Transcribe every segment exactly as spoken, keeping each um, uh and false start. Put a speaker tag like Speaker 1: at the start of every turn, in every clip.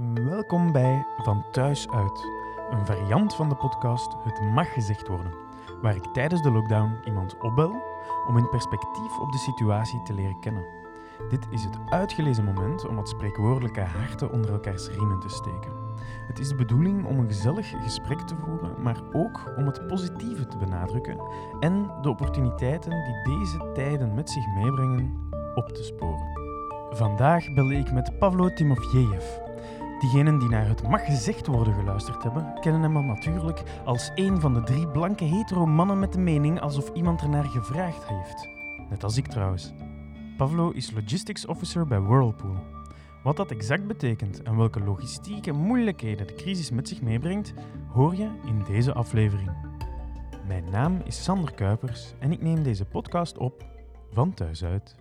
Speaker 1: Welkom bij Van Thuis Uit, een variant van de podcast Het Mag Gezegd Worden, waar ik tijdens de lockdown iemand opbel om een perspectief op de situatie te leren kennen. Dit is het uitgelezen moment om wat spreekwoordelijke harten onder elkaars riemen te steken. Het is de bedoeling om een gezellig gesprek te voeren, maar ook om het positieve te benadrukken en de opportuniteiten die deze tijden met zich meebrengen op te sporen. Vandaag belde ik met Pavlo Timofejev. Diegenen die naar Het Mag Gezegd Worden geluisterd hebben, kennen hem al natuurlijk als een van de drie blanke hetero mannen met de mening alsof iemand ernaar gevraagd heeft. Net als ik trouwens. Pavlo is Logistics Officer bij Whirlpool. Wat dat exact betekent en welke logistieke moeilijkheden de crisis met zich meebrengt, hoor je in deze aflevering. Mijn naam is Sander Kuipers en ik neem deze podcast op van thuis uit.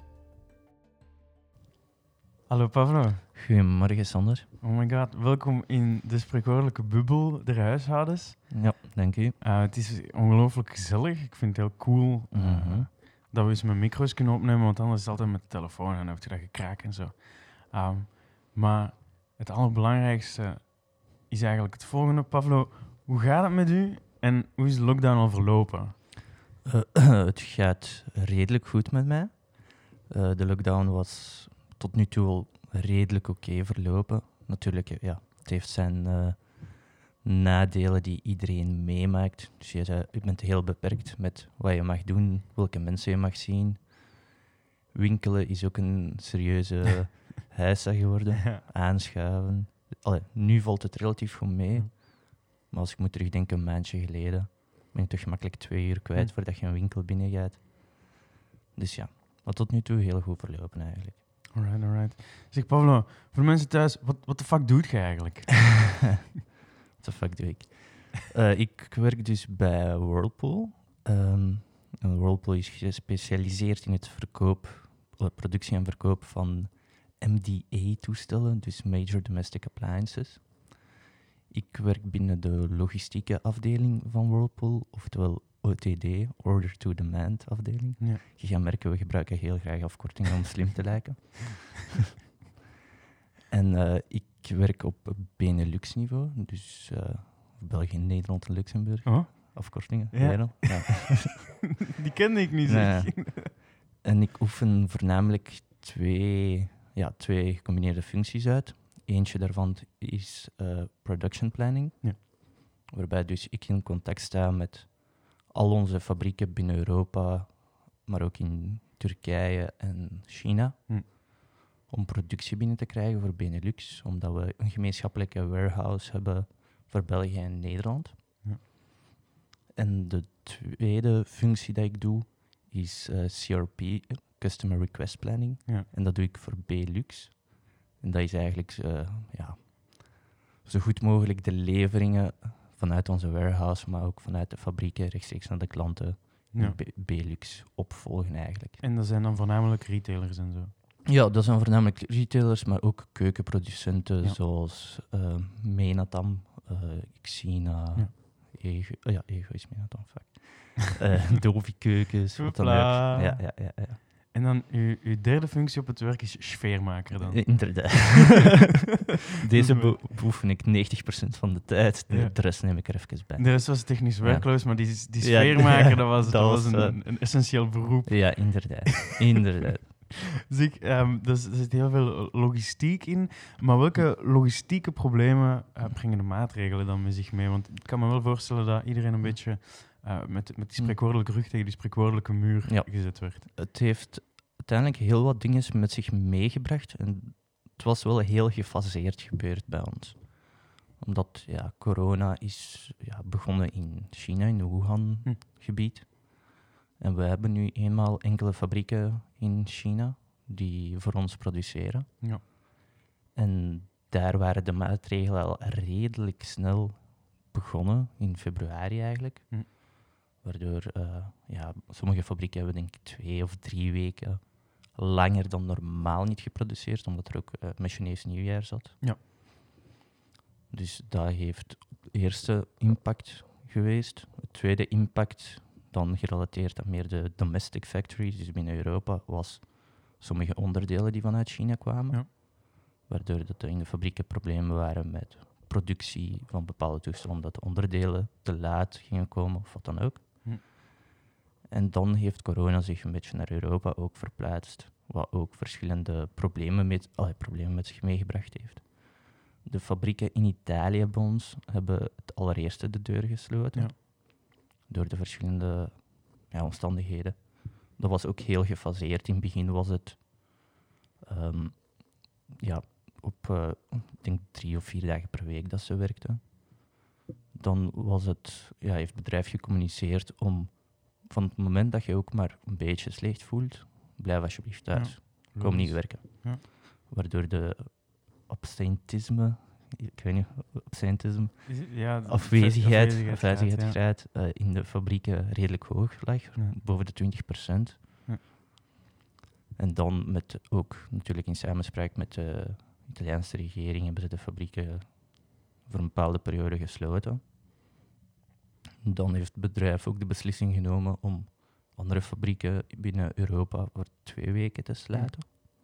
Speaker 1: Hallo Pavlo.
Speaker 2: Goedemorgen, Sander.
Speaker 1: Oh my god, welkom in de spreekwoordelijke bubbel der huishoudens.
Speaker 2: Ja, dank u.
Speaker 1: Uh, het is ongelooflijk gezellig. Ik vind het heel cool uh,
Speaker 2: Mm-hmm.
Speaker 1: dat we eens met micro's kunnen opnemen, want anders is het altijd met de telefoon en dan heb je dat gekraak en zo. Um, maar het allerbelangrijkste is eigenlijk het volgende. Pavlo, hoe gaat het met u en hoe is de lockdown al verlopen?
Speaker 2: Uh, het gaat redelijk goed met mij. Uh, de lockdown was tot nu toe al redelijk oké okay verlopen. Natuurlijk, ja, het heeft zijn uh, nadelen die iedereen meemaakt. Dus je, uh, je bent heel beperkt met wat je mag doen, welke mensen je mag zien. Winkelen is ook een serieuze heisa geworden.
Speaker 1: Ja.
Speaker 2: Aanschuiven. Allee, nu valt het relatief goed mee.
Speaker 1: Ja.
Speaker 2: Maar als ik moet terugdenken, een maandje geleden, ben je toch gemakkelijk twee uur kwijt
Speaker 1: Ja.
Speaker 2: voordat je een winkel binnen gaat. Dus ja, maar tot nu toe heel goed verlopen eigenlijk.
Speaker 1: Alright, alright. Zeg Pavlo, voor de mensen thuis, wat, wat de fuck doet je eigenlijk?
Speaker 2: What the fuck doe ik? Uh, ik werk dus bij Whirlpool. Um, en Whirlpool is gespecialiseerd in het verkoop, uh, productie en verkoop van M D A-toestellen, dus Major Domestic Appliances. Ik werk binnen de logistieke afdeling van Whirlpool, oftewel O T D, Order to Demand afdeling.
Speaker 1: Ja.
Speaker 2: Je gaat merken, we gebruiken heel graag afkortingen om slim te lijken. En uh, ik werk op Benelux-niveau, dus uh, België, Nederland en Luxemburg.
Speaker 1: Oh?
Speaker 2: Afkortingen.
Speaker 1: Ja.
Speaker 2: Ja. Ja.
Speaker 1: Die kende ik niet, zeg.
Speaker 2: Nee. En ik oefen voornamelijk twee, ja, twee gecombineerde functies uit. Eentje daarvan is uh, production planning,
Speaker 1: Ja.
Speaker 2: waarbij dus ik in contact sta met al onze fabrieken binnen Europa, maar ook in Turkije en China,
Speaker 1: Hm.
Speaker 2: om productie binnen te krijgen voor Benelux, omdat we een gemeenschappelijke warehouse hebben voor België en Nederland.
Speaker 1: Ja.
Speaker 2: En de tweede functie die ik doe is uh, C R P, Customer Request Planning,
Speaker 1: Ja.
Speaker 2: en dat doe ik voor Belux. En dat is eigenlijk uh, ja, zo goed mogelijk de leveringen vanuit onze warehouse, maar ook vanuit de fabrieken rechtstreeks naar de klanten
Speaker 1: Ja.
Speaker 2: in Be- Belux opvolgen eigenlijk.
Speaker 1: En dat zijn dan voornamelijk retailers en zo.
Speaker 2: Ja, dat zijn voornamelijk retailers, maar ook keukenproducenten
Speaker 1: Ja.
Speaker 2: zoals uh, Menatam, uh, Xina,
Speaker 1: Ja.
Speaker 2: Ego, oh ja, Ego is Menatam, fuck. uh, Dovi keukens, wat dan ook.
Speaker 1: Hopla.
Speaker 2: Ja, ja, ja, ja.
Speaker 1: En dan uw, uw derde functie op het werk is sfeermaker dan.
Speaker 2: Eh, Inderdaad. Deze be- beoefen ik negentig procent van de tijd, de,
Speaker 1: Ja.
Speaker 2: de rest neem ik er even bij.
Speaker 1: De rest was technisch
Speaker 2: Ja.
Speaker 1: werkloos, maar die, die
Speaker 2: Ja,
Speaker 1: sfeermaker,
Speaker 2: ja,
Speaker 1: dat was, dat
Speaker 2: dat
Speaker 1: was
Speaker 2: was,
Speaker 1: een,
Speaker 2: uh,
Speaker 1: een essentieel beroep.
Speaker 2: Ja, inderdaad. inderdaad.
Speaker 1: Dus ik, um, er, z- er zit heel veel logistiek in. Maar welke logistieke problemen uh, brengen de maatregelen dan met zich mee? Want ik kan me wel voorstellen dat iedereen een beetje uh, met, met die spreekwoordelijke rug tegen die spreekwoordelijke muur
Speaker 2: Ja.
Speaker 1: gezet werd.
Speaker 2: Het heeft uiteindelijk heel wat dingen met zich meegebracht. En het was wel heel gefaseerd gebeurd bij ons. Omdat ja, corona is ja, begonnen in China, in het Wuhan-gebied. En we hebben nu eenmaal enkele fabrieken in China die voor ons produceren.
Speaker 1: Ja.
Speaker 2: En daar waren de maatregelen al redelijk snel begonnen, in februari eigenlijk.
Speaker 1: Hm.
Speaker 2: Waardoor uh, ja, sommige fabrieken hebben denk ik twee of drie weken langer dan normaal niet geproduceerd, omdat er ook uh, met Chinees nieuwjaar zat.
Speaker 1: Ja.
Speaker 2: Dus dat heeft op de eerste impact geweest. Het tweede impact, dan gerelateerd aan meer de domestic factories, dus binnen Europa, was sommige onderdelen die vanuit China kwamen.
Speaker 1: Ja.
Speaker 2: waardoor dat er in de fabrieken problemen waren met productie van bepaalde toestellen, omdat de onderdelen te laat gingen komen of wat dan ook.
Speaker 1: Hm.
Speaker 2: En dan heeft corona zich een beetje naar Europa ook verplaatst, wat ook verschillende problemen met, allee, problemen met zich meegebracht heeft. De fabrieken in Italië bij ons hebben het allereerste de deur gesloten,
Speaker 1: Ja.
Speaker 2: door de verschillende ja, omstandigheden. Dat was ook heel gefaseerd. In het begin was het um, ja, op uh, ik denk drie of vier dagen per week dat ze werkten. Dan was het, ja, heeft het bedrijf gecommuniceerd om van het moment dat je ook maar een beetje slecht voelt, blijf alsjeblieft thuis.
Speaker 1: Ja,
Speaker 2: Kom niet werken.
Speaker 1: Ja.
Speaker 2: Waardoor de absentisme, ik weet niet, absentisme,
Speaker 1: Is het- ja, de
Speaker 2: afwezigheid,
Speaker 1: afwezigheid,
Speaker 2: afwezigheidsgraad uh, in de fabrieken redelijk hoog lag,
Speaker 1: Ja.
Speaker 2: boven de twintig procent.
Speaker 1: Ja.
Speaker 2: En dan met ook natuurlijk in samenspraak met de Italiaanse regering hebben ze de fabrieken voor een bepaalde periode gesloten. Dan heeft het bedrijf ook de beslissing genomen om andere fabrieken binnen Europa voor twee weken te sluiten.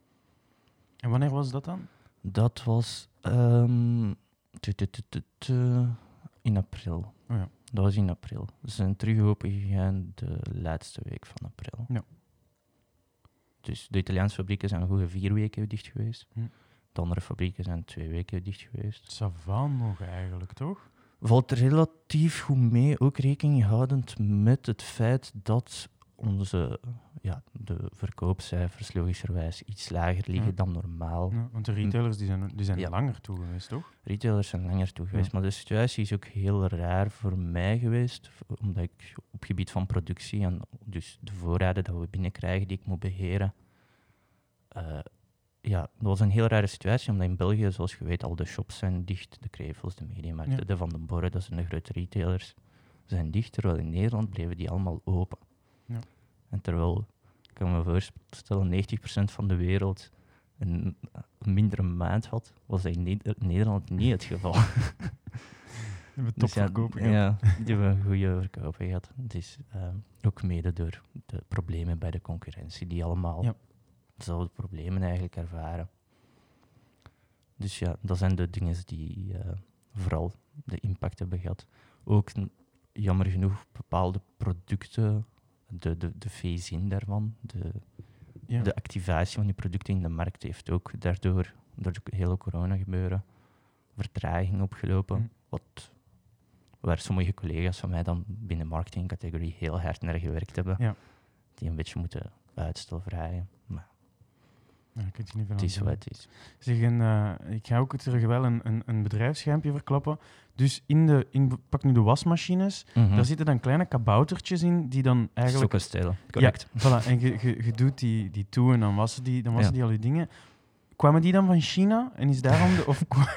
Speaker 1: En wanneer was dat dan?
Speaker 2: Dat was um, tu, tu, tu, tu, tu, in april.
Speaker 1: Oh ja.
Speaker 2: Dat was in april. Ze zijn terug open gegaan de laatste week van april.
Speaker 1: Ja.
Speaker 2: Dus de Italiaanse fabrieken zijn een goede vier weken dicht geweest.
Speaker 1: Hm.
Speaker 2: De andere fabrieken zijn twee weken dicht geweest.
Speaker 1: Savan nog eigenlijk, toch?
Speaker 2: Valt relatief goed mee, ook rekening houdend met het feit dat onze, ja, de verkoopcijfers logischerwijs iets lager liggen
Speaker 1: Ja.
Speaker 2: dan normaal.
Speaker 1: Ja, want de retailers die zijn, die zijn
Speaker 2: Ja.
Speaker 1: langer toe geweest, toch?
Speaker 2: Retailers zijn langer toe geweest,
Speaker 1: Ja.
Speaker 2: maar de situatie is ook heel raar voor mij geweest, v- omdat ik op het gebied van productie en dus de voorraden dat we binnenkrijgen die ik moet beheren, uh, ja, dat was een heel rare situatie, omdat in België, zoals je weet, al de shops zijn dicht, de Krevels, de Mediamarkten,
Speaker 1: Ja.
Speaker 2: de Van den Borre, dat zijn de grote retailers, zijn dicht, terwijl in Nederland bleven die allemaal open.
Speaker 1: Ja.
Speaker 2: En terwijl, ik kan me voorstellen, negentig procent van de wereld een, een mindere maand had, was dat in Ne- Nederland niet het geval.
Speaker 1: We hebben
Speaker 2: Dus ja,
Speaker 1: topverkopen gehad.
Speaker 2: ja, die hebben een goede verkopen gehad. Dus uh, ook mede door de problemen bij de concurrentie, die allemaal
Speaker 1: Ja.
Speaker 2: dezelfde problemen eigenlijk ervaren. Dus ja, dat zijn de dingen die uh, vooral de impact hebben gehad. Ook n- jammer genoeg bepaalde producten, de, de, de phase-in daarvan, de,
Speaker 1: Ja.
Speaker 2: de activatie van die producten in de markt heeft ook daardoor, door het hele corona gebeuren, vertraging opgelopen.
Speaker 1: Hm.
Speaker 2: Wat, waar sommige collega's van mij dan binnen marketingcategorie heel hard naar gewerkt hebben.
Speaker 1: Ja.
Speaker 2: Die een beetje moeten uitstel vragen. Maar
Speaker 1: Ja, daar kun je niet veel
Speaker 2: het
Speaker 1: aan
Speaker 2: is
Speaker 1: doen.
Speaker 2: wat het is.
Speaker 1: Zeg, en, uh, ik ga ook terug wel een, een, een bedrijfsgeheimpje verklappen. Dus in de, in, pak nu de wasmachines,
Speaker 2: Mhm.
Speaker 1: daar zitten dan kleine kaboutertjes in die dan eigenlijk...
Speaker 2: Sokken stelen, correct.
Speaker 1: Ja, voilà, en je, je, je doet die, die toe en dan wassen die, dan wassen
Speaker 2: Ja.
Speaker 1: die al die dingen. Kwamen die dan van China? En is daarom de... Of, kwa-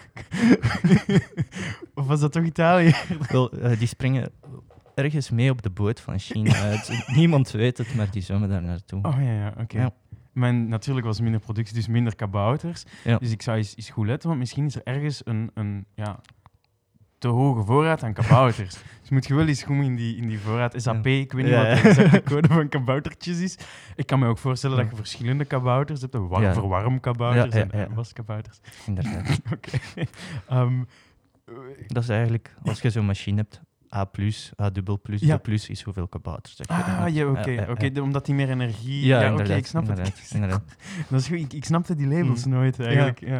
Speaker 1: of was dat toch Italië?
Speaker 2: Wel, uh, die springen ergens mee op de boot van China uit. Niemand weet het, maar die zwemmen daar naartoe.
Speaker 1: Oh ja, ja, oké.
Speaker 2: Ja.
Speaker 1: Mijn, natuurlijk was minder productie, dus minder kabouters.
Speaker 2: Ja.
Speaker 1: Dus ik zou eens, eens goed letten, want misschien is er ergens een, een ja, te hoge voorraad aan kabouters. Dus moet je wel eens goed in die, in die voorraad. S A P,
Speaker 2: Ja.
Speaker 1: ik weet niet
Speaker 2: Ja,
Speaker 1: wat de
Speaker 2: ja.
Speaker 1: exacte code van kaboutertjes is. Ik kan me ook voorstellen
Speaker 2: Ja.
Speaker 1: dat je verschillende kabouters hebt. War-
Speaker 2: Ja.
Speaker 1: Verwarmkabouters
Speaker 2: Ja, ja,
Speaker 1: en
Speaker 2: ja.
Speaker 1: waskabouters.
Speaker 2: Inderdaad.
Speaker 1: Oké. Ehm,
Speaker 2: Dat is eigenlijk, als je zo'n machine hebt, A plus, A dubbel plus,
Speaker 1: Ja.
Speaker 2: B plus is hoeveel kabouters dat je
Speaker 1: ah,
Speaker 2: hebt.
Speaker 1: ja, oké.
Speaker 2: Ja, ja,
Speaker 1: oké,
Speaker 2: ja.
Speaker 1: de- omdat die meer energie...
Speaker 2: Ja,
Speaker 1: oké,
Speaker 2: inderdaad,
Speaker 1: ik snap
Speaker 2: inderdaad,
Speaker 1: het.
Speaker 2: inderdaad.
Speaker 1: Dat is goed. Ik, ik snapte die labels
Speaker 2: Mm.
Speaker 1: nooit eigenlijk. Ja.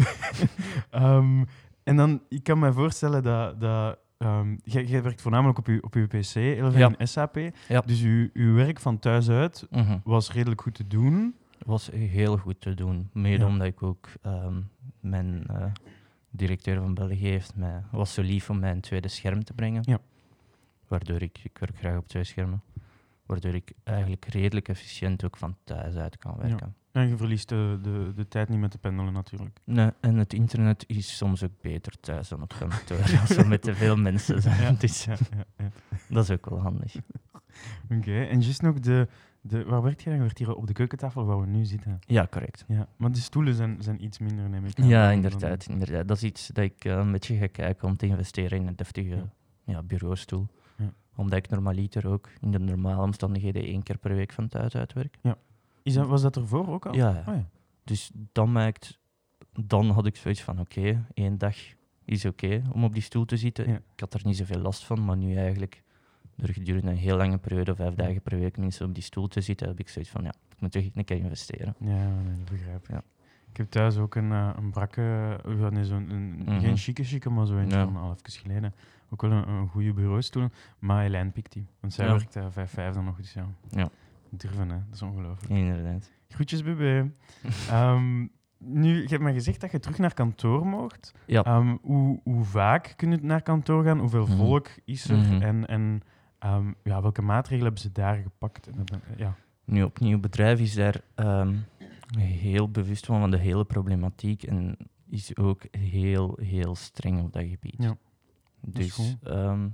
Speaker 1: Ehm, en dan, ik kan me voorstellen dat... dat ehm, jij, jij werkt voornamelijk op je, op uw P C, heel veel
Speaker 2: Ja.
Speaker 1: in S A P.
Speaker 2: Ja.
Speaker 1: Dus uw, uw werk van thuis uit
Speaker 2: Mhm.
Speaker 1: was redelijk goed te doen.
Speaker 2: Was heel goed te doen. Mede
Speaker 1: Ja.
Speaker 2: omdat ik ook ehm, mijn eh, directeur van België heeft mij, was zo lief om mij een tweede scherm te brengen.
Speaker 1: Ja.
Speaker 2: Waardoor ik, ik werk graag op twee schermen, waardoor ik eigenlijk redelijk efficiënt ook van thuis uit kan werken.
Speaker 1: En je verliest de, de, de tijd niet met te pendelen natuurlijk.
Speaker 2: Nee, en het internet is soms ook beter thuis dan op kantoor, als we met te veel mensen zijn.
Speaker 1: Ja.
Speaker 2: Dus
Speaker 1: Ja, ja, ja.
Speaker 2: dat is ook wel handig.
Speaker 1: Oké, en juist nog de, de... Waar werkt jij dan? Je werkt hier op de keukentafel waar we nu zitten.
Speaker 2: Ja, correct.
Speaker 1: Ja, maar de stoelen zijn, zijn iets minder, neem ik aan.
Speaker 2: Ja,
Speaker 1: dan-
Speaker 2: inderdaad, inderdaad. Dat is iets dat ik uh, een beetje ga kijken om te investeren in een deftige
Speaker 1: Ja.
Speaker 2: ja, bureaustoel.
Speaker 1: Ja.
Speaker 2: Omdat ik normaliter ook in de normale omstandigheden één keer per week van thuis uitwerk.
Speaker 1: Is dat, was dat ervoor ook al?
Speaker 2: Ja, ja.
Speaker 1: Oh, ja.
Speaker 2: Dus dat maakt dan had ik zoiets van, oké, okay, één dag is oké okay om op die stoel te zitten.
Speaker 1: Ja.
Speaker 2: Ik had er niet zoveel last van, maar nu eigenlijk, door gedurende een heel lange periode, vijf dagen per week, minstens op die stoel te zitten, heb ik zoiets van, ja, ik moet terug een keer investeren.
Speaker 1: Ja, nee, dat begrijp ik.
Speaker 2: Ja.
Speaker 1: Ik heb thuis ook een, uh, een brakke, uh, nee, zo'n, een,
Speaker 2: Mm-hmm.
Speaker 1: geen chique chique, maar zo eentje
Speaker 2: Ja.
Speaker 1: van al even geleden. Ook wel een, een goede bureaustoel, maar Helene pikt die. Want zij
Speaker 2: Ja.
Speaker 1: werkt uh, vijf vijf dan nog, dus ja.
Speaker 2: Ja.
Speaker 1: Durven, hè. Dat is ongelooflijk.
Speaker 2: Inderdaad.
Speaker 1: Groetjes, bébé. um, nu, je hebt me gezegd dat je terug naar kantoor mocht.
Speaker 2: Ja.
Speaker 1: Um, hoe, hoe vaak kun je naar kantoor gaan? Hoeveel
Speaker 2: Mm-hmm.
Speaker 1: volk is er?
Speaker 2: Mm-hmm.
Speaker 1: En, en um, ja, welke maatregelen hebben ze daar gepakt? En dat, ja.
Speaker 2: Nu, opnieuw, het bedrijf is daar um, heel bewust van, van de hele problematiek en is ook heel, heel streng op dat gebied.
Speaker 1: Ja,
Speaker 2: dus um,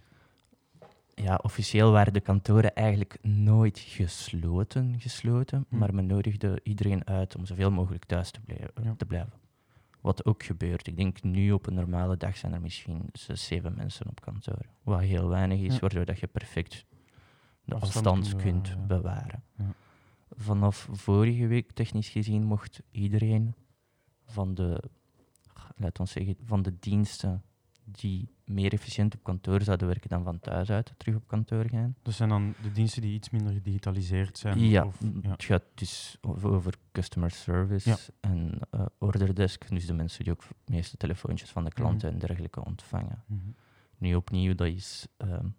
Speaker 2: ja, officieel waren de kantoren eigenlijk nooit gesloten, gesloten
Speaker 1: Hm.
Speaker 2: maar men nodigde iedereen uit om zoveel mogelijk thuis te blijven.
Speaker 1: Ja.
Speaker 2: Te blijven. Wat ook gebeurt. Ik denk nu op een normale dag zijn er misschien zes, zeven mensen op kantoor. Wat heel weinig is,
Speaker 1: Ja.
Speaker 2: waardoor dat je perfect de
Speaker 1: Afstand
Speaker 2: afstand
Speaker 1: kunt
Speaker 2: kunt
Speaker 1: bewaren, ja.
Speaker 2: bewaren.
Speaker 1: Ja.
Speaker 2: Vanaf vorige week, technisch gezien, mocht iedereen van de, laten we zeggen, van de diensten die meer efficiënt op kantoor zouden werken dan van thuis uit, terug op kantoor gaan.
Speaker 1: Dat zijn dan de diensten die iets minder gedigitaliseerd zijn?
Speaker 2: Ja,
Speaker 1: Of, ja.
Speaker 2: het gaat dus over, over customer service
Speaker 1: Ja.
Speaker 2: en uh, orderdesk, dus de mensen die ook de meeste telefoontjes van de klanten
Speaker 1: Mhm.
Speaker 2: en dergelijke ontvangen.
Speaker 1: Mm-hmm.
Speaker 2: Nu opnieuw, dat is um,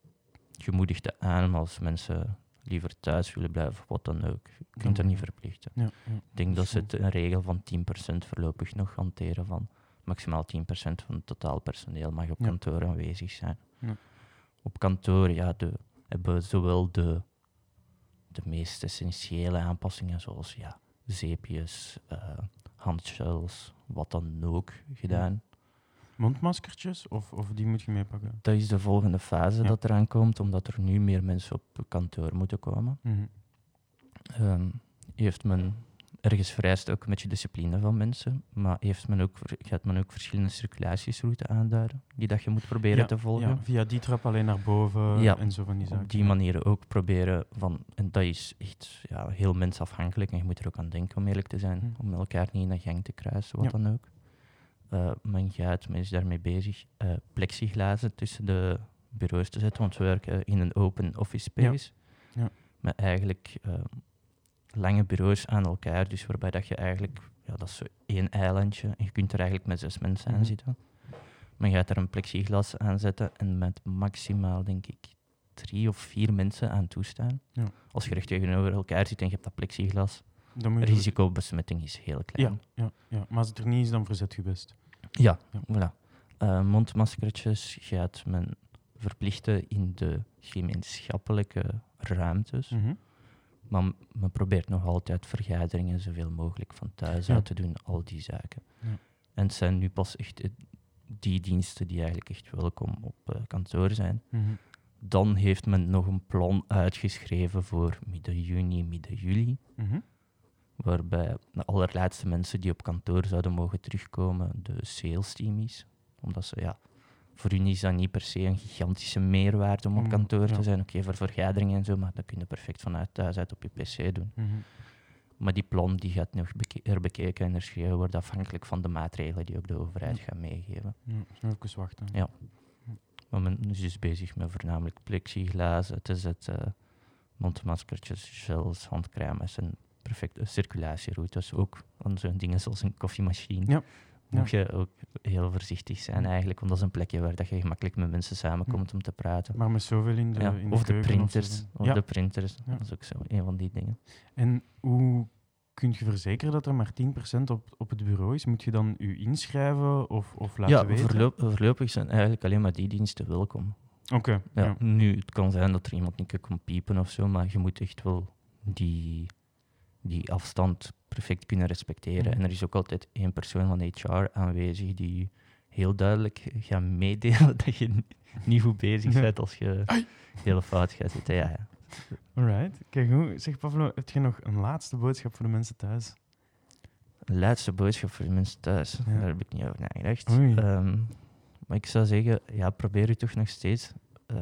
Speaker 2: je moedigt het aan, maar als mensen liever thuis willen blijven, wat dan ook, je kunt er niet verplichten.
Speaker 1: Ja, ja.
Speaker 2: Ik denk dat
Speaker 1: Dat is
Speaker 2: ze het een regel van tien procent voorlopig nog hanteren, van maximaal tien procent van het totaal personeel mag op
Speaker 1: Ja.
Speaker 2: kantoor aanwezig zijn.
Speaker 1: Ja.
Speaker 2: Op kantoor ja, de, hebben we zowel de, de meest essentiële aanpassingen, zoals ja, zeepjes, uh, handshells, wat dan ook, gedaan.
Speaker 1: Mondmaskertjes, of, of die moet je meepakken?
Speaker 2: Dat is de volgende fase
Speaker 1: Ja.
Speaker 2: dat eraan komt, omdat er nu meer mensen op kantoor moeten komen.
Speaker 1: Mm-hmm.
Speaker 2: Um, heeft men ergens vereist ook een beetje discipline van mensen, maar heeft men ook, gaat men ook verschillende circulatiesroutes aanduiden die dat je moet proberen
Speaker 1: ja,
Speaker 2: te volgen.
Speaker 1: Ja, via die trap alleen naar boven
Speaker 2: Ja,
Speaker 1: en zo van die zaken.
Speaker 2: Op die manier ook proberen van, en dat is echt ja, heel mensafhankelijk en je moet er ook aan denken om eerlijk te zijn,
Speaker 1: Hm.
Speaker 2: om elkaar niet in een gang te kruisen, wat
Speaker 1: Ja.
Speaker 2: dan ook. Uh, men gaat, men is daarmee bezig, uh, plexiglazen tussen de bureaus te zetten, want we werken in een open office space,
Speaker 1: Ja. Ja.
Speaker 2: met eigenlijk uh, lange bureaus aan elkaar, dus waarbij dat je eigenlijk, ja, dat is zo één eilandje, en je kunt er eigenlijk met zes mensen
Speaker 1: Mhm.
Speaker 2: aan zitten. Men gaat er een plexiglas aan zetten en met maximaal, denk ik, drie of vier mensen aan toestaan.
Speaker 1: Ja.
Speaker 2: Als je recht tegenover elkaar zit en je hebt dat plexiglas,
Speaker 1: Dan moet je
Speaker 2: risicobesmetting is heel klein.
Speaker 1: Ja, ja, ja, maar als het er niet is, dan verzet je best.
Speaker 2: Ja,
Speaker 1: Ja.
Speaker 2: voilà. Uh, mondmaskertjes gaat men verplichten in de gemeenschappelijke ruimtes.
Speaker 1: Mm-hmm.
Speaker 2: Maar m- men probeert nog altijd vergaderingen zoveel mogelijk van thuis
Speaker 1: Ja.
Speaker 2: uit te doen, al die zaken.
Speaker 1: Ja.
Speaker 2: En het zijn nu pas echt eh, die diensten die eigenlijk echt welkom op uh, kantoor zijn.
Speaker 1: Mm-hmm.
Speaker 2: Dan heeft men nog een plan uitgeschreven voor midden juni, midden juli.
Speaker 1: Mm-hmm.
Speaker 2: Waarbij de allerlaatste mensen die op kantoor zouden mogen terugkomen de sales team is. Omdat ze, ja, voor hun is dat niet per se een gigantische meerwaarde om op
Speaker 1: Om-
Speaker 2: kantoor
Speaker 1: ja.
Speaker 2: te zijn. Oké, voor vergaderingen en zo, maar dat kun je perfect vanuit thuis uit op je pc doen.
Speaker 1: Mm-hmm.
Speaker 2: Maar die plan die gaat nog beke- herbekeken en herschreven worden afhankelijk van de maatregelen die ook de overheid
Speaker 1: Ja.
Speaker 2: gaat meegeven.
Speaker 1: Ja, dus even wachten.
Speaker 2: Ja. Maar men is dus bezig met voornamelijk plexiglazen te zetten, mondmaskertjes, gels, handcremes en perfecte circulatieroutes. Ook aan zo'n dingen zoals een koffiemachine.
Speaker 1: Ja.
Speaker 2: Moet je ook heel voorzichtig zijn
Speaker 1: Ja.
Speaker 2: eigenlijk, want dat is een plekje waar dat je gemakkelijk met mensen samenkomt om te praten.
Speaker 1: Maar met zoveel in de,
Speaker 2: Ja,
Speaker 1: in de
Speaker 2: of de
Speaker 1: keuken
Speaker 2: printers.
Speaker 1: zo.
Speaker 2: Of
Speaker 1: Ja.
Speaker 2: de printers,
Speaker 1: Ja.
Speaker 2: dat is ook zo een van die dingen.
Speaker 1: En hoe kun je verzekeren dat er maar tien procent op, op het bureau is? Moet je dan u inschrijven of, of laten
Speaker 2: Ja,
Speaker 1: weten?
Speaker 2: voorloop, voorlopig zijn eigenlijk alleen maar die diensten welkom.
Speaker 1: Oké.
Speaker 2: Ja,
Speaker 1: Ja.
Speaker 2: Nu, het kan zijn dat er iemand niet kan komen piepen of zo, maar je moet echt wel die, die afstand perfect kunnen respecteren.
Speaker 1: Mhm.
Speaker 2: En er is ook altijd één persoon van H R aanwezig die heel duidelijk gaat meedelen dat je n- niet goed bezig
Speaker 1: Ja.
Speaker 2: bent als je
Speaker 1: Ai.
Speaker 2: heel fout gaat zitten. Ja, ja.
Speaker 1: Alright. Kijk, hoe, zeg Pavlo, heb je nog een laatste boodschap voor de mensen thuis?
Speaker 2: Een laatste boodschap voor de mensen thuis.
Speaker 1: Ja.
Speaker 2: Daar heb ik niet over nagedacht.
Speaker 1: Oei.
Speaker 2: Ehm, maar ik zou zeggen, ja, probeer je toch nog steeds uh,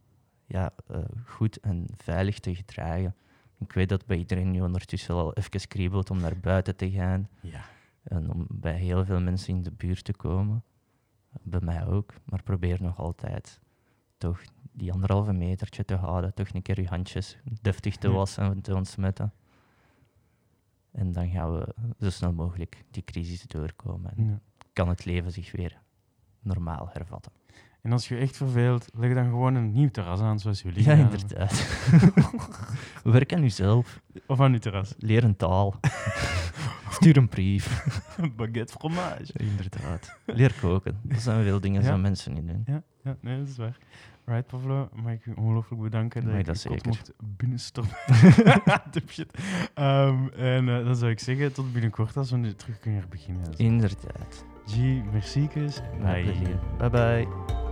Speaker 2: ja, uh, goed en veilig te gedragen. Ik weet dat bij iedereen nu ondertussen al even kriebelt om naar buiten te gaan.
Speaker 1: Ja.
Speaker 2: En om bij heel veel mensen in de buurt te komen, bij mij ook, maar probeer nog altijd toch die anderhalve metertje te houden, toch een keer je handjes deftig te
Speaker 1: Ja.
Speaker 2: wassen en te ontsmetten. En dan gaan we zo snel mogelijk die crisis doorkomen. En
Speaker 1: Ja.
Speaker 2: kan het leven zich weer normaal hervatten.
Speaker 1: En als je je echt verveelt, leg dan gewoon een nieuw terras aan, zoals jullie
Speaker 2: Ja,
Speaker 1: gedaan hebben.
Speaker 2: inderdaad. Werk aan jezelf.
Speaker 1: Of aan uw terras.
Speaker 2: Leer een taal. Stuur een brief.
Speaker 1: Baguette fromage.
Speaker 2: Inderdaad. Leer koken. Dat zijn veel dingen
Speaker 1: Ja.
Speaker 2: die mensen niet doen.
Speaker 1: Ja, ja, nee, dat is waar. Right, Pavlo, mag ik u ongelooflijk bedanken dat
Speaker 2: Mag
Speaker 1: ik
Speaker 2: dat
Speaker 1: je kot
Speaker 2: zeker.
Speaker 1: mocht binnenstoppen. Tip shit. Um, en uh, dan zou ik zeggen, tot binnenkort als we nu terug kunnen beginnen. Dus.
Speaker 2: Inderdaad.
Speaker 1: G, merciekes.
Speaker 2: Met plezier. Bye bye.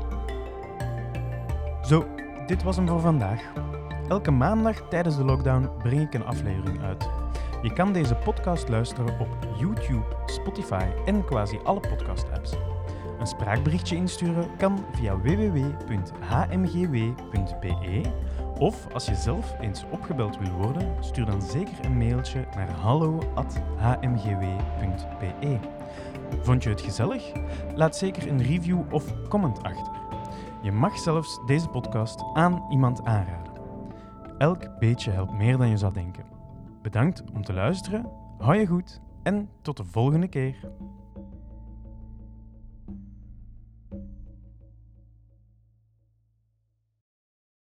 Speaker 1: Zo, dit was hem voor vandaag. Elke maandag tijdens de lockdown breng ik een aflevering uit. Je kan deze podcast luisteren op YouTube, Spotify en quasi alle podcast-apps. Een spraakberichtje insturen kan via w w w punt h m g w punt b e of als je zelf eens opgebeld wil worden, stuur dan zeker een mailtje naar hallo at h m g w punt b e. Vond je het gezellig? Laat zeker een review of comment achter. Je mag zelfs deze podcast aan iemand aanraden. Elk beetje helpt meer dan je zou denken. Bedankt om te luisteren, hou je goed en tot de volgende keer.